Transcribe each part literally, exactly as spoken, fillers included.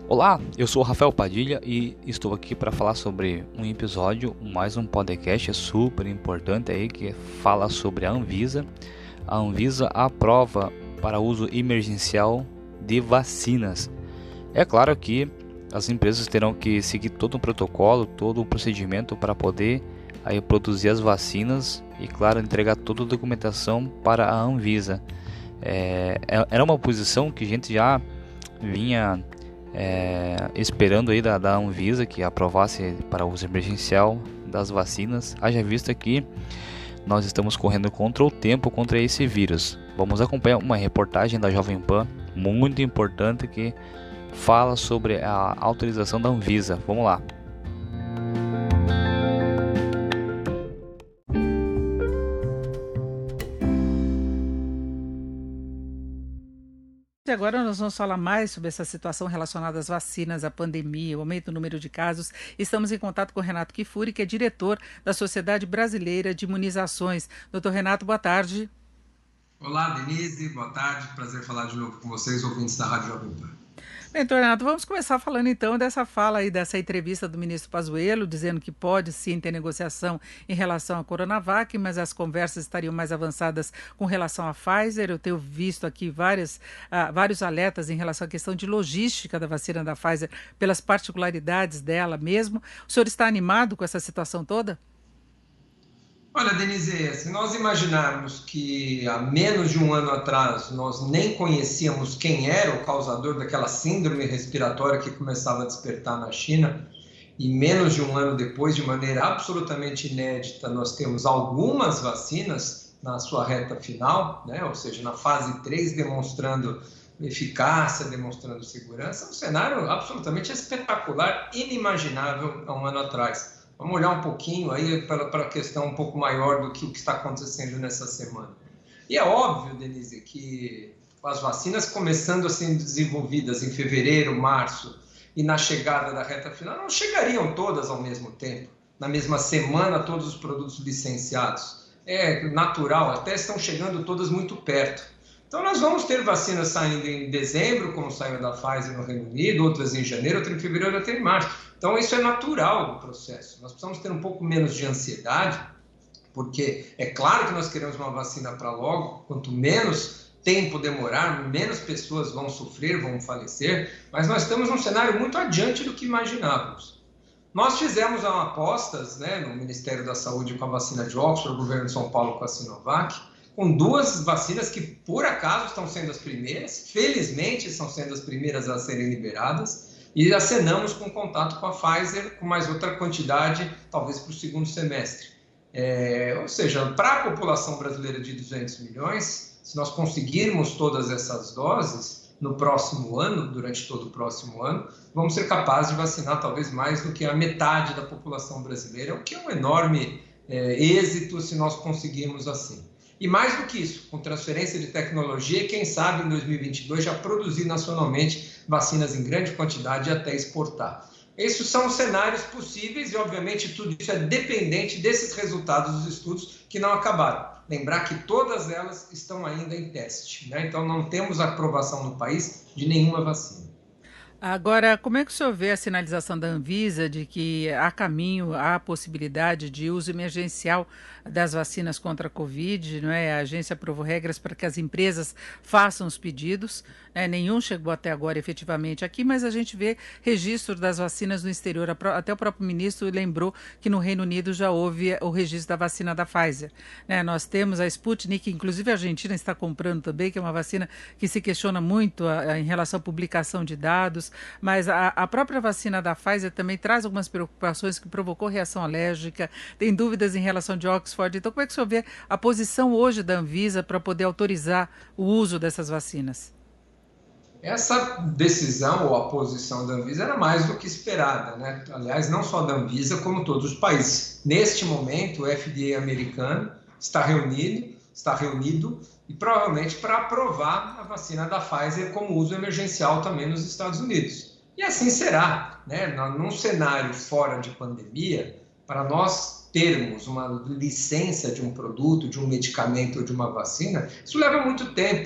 Olá, eu sou o Rafael Padilha e estou aqui para falar sobre um episódio, mais um podcast super importante aí que fala sobre a Anvisa. A Anvisa aprova para uso emergencial de vacinas. É claro que as empresas terão que seguir todo um protocolo, todo um procedimento para poder aí produzir as vacinas e, claro, entregar toda a documentação para a Anvisa. É, era uma posição que a gente já vinha É, esperando aí da, da Anvisa que aprovasse para uso emergencial das vacinas, haja vista que nós estamos correndo contra o tempo, contra esse vírus. Vamos acompanhar uma reportagem da Jovem Pan, muito importante, que fala sobre a autorização da Anvisa. Vamos lá. Agora nós vamos falar mais sobre essa situação relacionada às vacinas, à pandemia, o aumento do número de casos. Estamos em contato com o Renato Kifuri, que é diretor da Sociedade Brasileira de Imunizações. Doutor Renato, boa tarde. Olá, Denise, boa tarde. Prazer falar de novo com vocês, ouvintes da Rádio Jovem Pan. Bem, doutor Renato, vamos começar falando então dessa fala aí, dessa entrevista do ministro Pazuello, dizendo que pode sim ter negociação em relação à Coronavac, mas as conversas estariam mais avançadas com relação à Pfizer. Eu tenho visto aqui várias, uh, vários alertas em relação à questão de logística da vacina da Pfizer, pelas particularidades dela mesmo. O senhor está animado com essa situação toda? Olha, Denise, se nós imaginarmos que há menos de um ano atrás nós nem conhecíamos quem era o causador daquela síndrome respiratória que começava a despertar na China, e menos de um ano depois, de maneira absolutamente inédita, nós temos algumas vacinas na sua reta final, né? Ou seja, na fase três, demonstrando eficácia, demonstrando segurança, um cenário absolutamente espetacular, inimaginável há um ano atrás. Vamos olhar um pouquinho aí para a questão um pouco maior do que o que está acontecendo nessa semana. E é óbvio, Denise, que as vacinas começando a ser desenvolvidas em fevereiro, março, e na chegada da reta final, não chegariam todas ao mesmo tempo, na mesma semana, todos os produtos licenciados. É natural, até estão chegando todas muito perto. Então, nós vamos ter vacinas saindo em dezembro, como saiu da Pfizer no Reino Unido, outras em janeiro, outras em fevereiro, outras em março. Então, isso é natural do processo. Nós precisamos ter um pouco menos de ansiedade, porque é claro que nós queremos uma vacina para logo. Quanto menos tempo demorar, menos pessoas vão sofrer, vão falecer, mas nós estamos num cenário muito adiante do que imaginávamos. Nós fizemos apostas, né, no Ministério da Saúde com a vacina de Oxford, o governo de São Paulo com a Sinovac, com duas vacinas que, por acaso, estão sendo as primeiras, felizmente estão sendo as primeiras a serem liberadas, e acenamos com contato com a Pfizer, com mais outra quantidade, talvez para o segundo semestre. É, ou seja, para a população brasileira de duzentos milhões, se nós conseguirmos todas essas doses no próximo ano, durante todo o próximo ano, vamos ser capazes de vacinar talvez mais do que a metade da população brasileira, o que é um enorme é, êxito se nós conseguirmos assim. E mais do que isso, com transferência de tecnologia, quem sabe em dois mil e vinte e dois já produzir nacionalmente vacinas em grande quantidade e até exportar. Esses são os cenários possíveis e, obviamente, tudo isso é dependente desses resultados dos estudos que não acabaram. Lembrar que todas elas estão ainda em teste, né? Então, não temos aprovação no país de nenhuma vacina. Agora, como é que o senhor vê a sinalização da Anvisa de que há caminho, há possibilidade de uso emergencial das vacinas contra a Covid, não é? A agência aprovou regras para que as empresas façam os pedidos, né? Nenhum chegou até agora efetivamente aqui, mas a gente vê registro das vacinas no exterior. Até o próprio ministro lembrou que no Reino Unido já houve o registro da vacina da Pfizer, né? Nós temos a Sputnik, inclusive a Argentina está comprando também, que é uma vacina que se questiona muito a, a, em relação à publicação de dados. Mas a, a própria vacina da Pfizer também traz algumas preocupações que provocou reação alérgica, tem dúvidas em relação de Oxford. Então, como é que o senhor vê a posição hoje da Anvisa para poder autorizar o uso dessas vacinas? Essa decisão ou a posição da Anvisa era mais do que esperada, né? Aliás, não só da Anvisa, como todos os países. Neste momento, o F D A americano está reunido, está reunido e provavelmente para aprovar a vacina da Pfizer como uso emergencial também nos Estados Unidos. E assim será, né? Num cenário fora de pandemia, para nós termos uma licença de um produto, de um medicamento ou de uma vacina, isso leva muito tempo.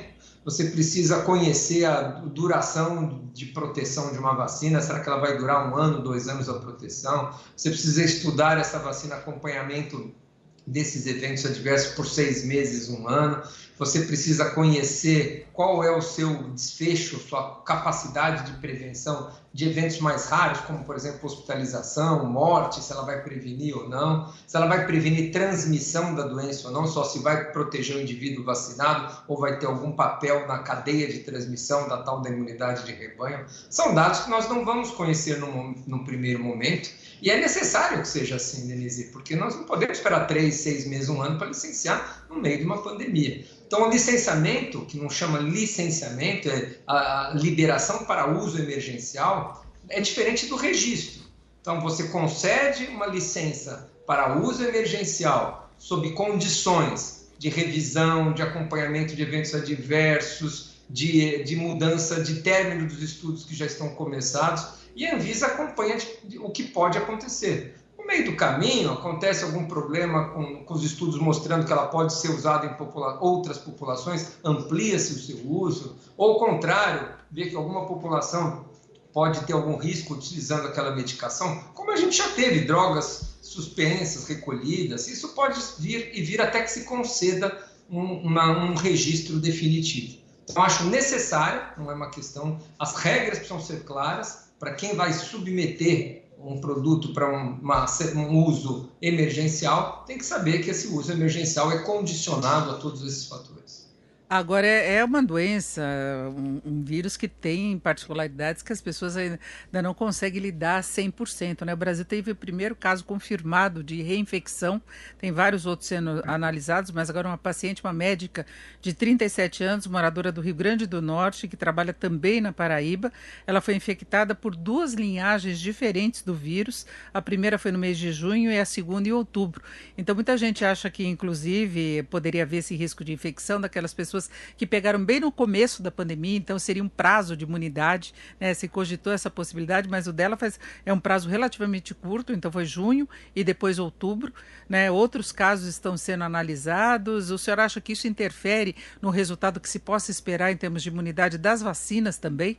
você precisa conhecer a duração de proteção de uma vacina, será que ela vai durar um ano, dois anos a proteção? Você precisa estudar essa vacina, acompanhamento desses eventos adversos por seis meses, um ano. Você precisa conhecer qual é o seu desfecho, sua capacidade de prevenção de eventos mais raros, como, por exemplo, hospitalização, morte, se ela vai prevenir ou não, se ela vai prevenir transmissão da doença ou não, só se vai proteger o indivíduo vacinado ou vai ter algum papel na cadeia de transmissão da tal da imunidade de rebanho. São dados que nós não vamos conhecer no, no primeiro momento. E é necessário que seja assim, Denise, porque nós não podemos esperar três, seis meses, um ano para licenciar no meio de uma pandemia. Então, o licenciamento, que não chama licenciamento, é a liberação para uso emergencial, é diferente do registro. Então, você concede uma licença para uso emergencial sob condições de revisão, de acompanhamento de eventos adversos, de, de mudança de término dos estudos que já estão começados, e a Anvisa acompanha o que pode acontecer. No meio do caminho, acontece algum problema com, com os estudos mostrando que ela pode ser usada em popula- outras populações, amplia-se o seu uso, ou ao contrário, vê que alguma população pode ter algum risco utilizando aquela medicação, como a gente já teve drogas suspensas, recolhidas, isso pode vir e vir até que se conceda um, uma, um registro definitivo. Então, acho necessário, não é uma questão, as regras precisam ser claras para quem vai submeter um produto para um, um uso emergencial, tem que saber que esse uso emergencial é condicionado a todos esses fatores. Agora, é uma doença, um, um vírus que tem particularidades que as pessoas ainda não conseguem lidar cem por cento, né? O Brasil teve o primeiro caso confirmado de reinfecção, tem vários outros sendo analisados, mas agora uma paciente, uma médica de trinta e sete anos, moradora do Rio Grande do Norte, que trabalha também na Paraíba, ela foi infectada por duas linhagens diferentes do vírus, a primeira foi no mês de junho e a segunda em outubro. Então, muita gente acha que, inclusive, poderia haver esse risco de infecção daquelas pessoas que pegaram bem no começo da pandemia, então seria um prazo de imunidade, né? Se cogitou essa possibilidade, mas o dela faz, é um prazo relativamente curto, então foi junho e depois outubro, né? Outros casos estão sendo analisados. O senhor acha que isso interfere no resultado que se possa esperar em termos de imunidade das vacinas também?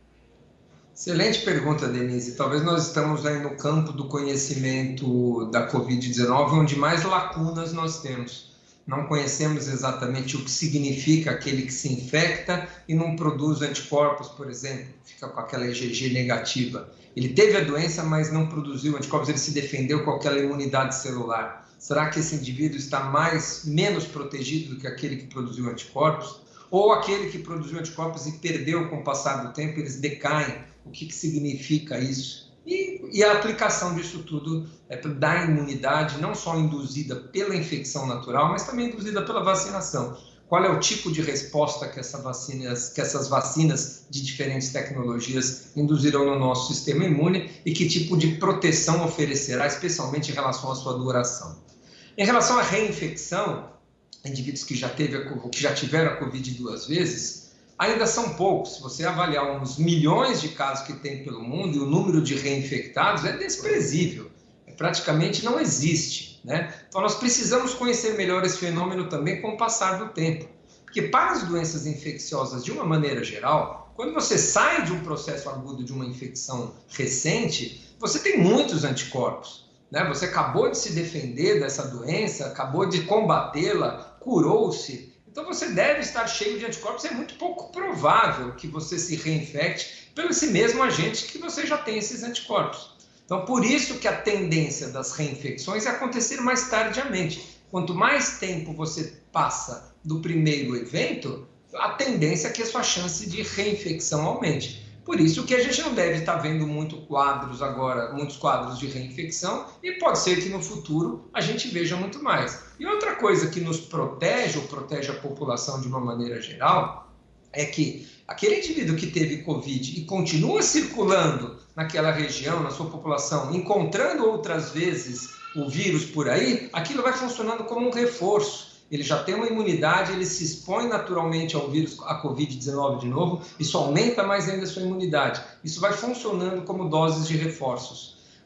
Excelente pergunta, Denise. Talvez nós estamos aí no campo do conhecimento da covid dezenove, onde mais lacunas nós temos. Não conhecemos exatamente o que significa aquele que se infecta e não produz anticorpos, por exemplo, fica com aquela I G G negativa. Ele teve a doença, mas não produziu anticorpos, ele se defendeu com aquela imunidade celular. Será que esse indivíduo está mais, menos protegido do que aquele que produziu anticorpos? Ou aquele que produziu anticorpos e perdeu com o passar do tempo, eles decaem? O que, que significa isso? E, e a aplicação disso tudo é para dar imunidade, não só induzida pela infecção natural, mas também induzida pela vacinação. Qual é o tipo de resposta que, essa vacinas, que essas vacinas de diferentes tecnologias induzirão no nosso sistema imune e que tipo de proteção oferecerá, especialmente em relação à sua duração. Em relação à reinfecção, indivíduos que já, teve a, que já tiveram a Covid duas vezes, ainda são poucos. Se você avaliar os milhões de casos que tem pelo mundo e o número de reinfectados, é desprezível. É, praticamente não existe, né? Então, nós precisamos conhecer melhor esse fenômeno também com o passar do tempo. Porque para as doenças infecciosas, de uma maneira geral, quando você sai de um processo agudo de uma infecção recente, você tem muitos anticorpos, né? Você acabou de se defender dessa doença, acabou de combatê-la, curou-se. Então, você deve estar cheio de anticorpos. É muito pouco provável que você se reinfecte pelo esse mesmo agente que você já tem esses anticorpos. Então, por isso que a tendência das reinfecções é acontecer mais tardiamente. Quanto mais tempo você passa do primeiro evento, a tendência é que a sua chance de reinfecção aumente. Por isso que a gente não deve estar vendo muito quadros agora, muitos quadros de reinfecção, e pode ser que no futuro a gente veja muito mais. E outra coisa que nos protege, ou protege a população de uma maneira geral, é que aquele indivíduo que teve Covid e continua circulando naquela região, na sua população, encontrando outras vezes o vírus por aí, aquilo vai funcionando como um reforço. Ele já tem uma imunidade, ele se expõe naturalmente ao vírus, a Covid dezenove de novo, isso aumenta mais ainda a sua imunidade. Isso vai funcionando como doses de reforços.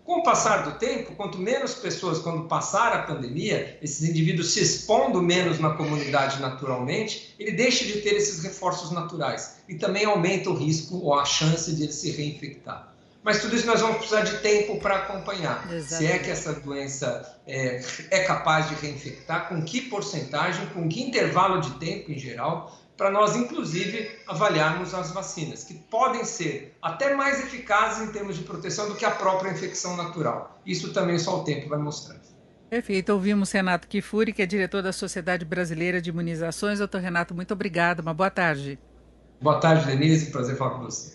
Com o passar do tempo, quanto menos pessoas, quando passar a pandemia, esses indivíduos se expondo menos na comunidade naturalmente, ele deixa de ter esses reforços naturais e também aumenta o risco ou a chance de ele se reinfectar. Mas tudo isso nós vamos precisar de tempo para acompanhar. Exatamente. Se é que essa doença é, é capaz de reinfectar, com que porcentagem, com que intervalo de tempo em geral, para nós, inclusive, avaliarmos as vacinas, que podem ser até mais eficazes em termos de proteção do que a própria infecção natural. Isso também só o tempo vai mostrar. Perfeito. Ouvimos Renato Kifuri, que é diretor da Sociedade Brasileira de Imunizações. Doutor Renato, muito obrigado. Uma boa tarde. Boa tarde, Denise. Prazer falar com você.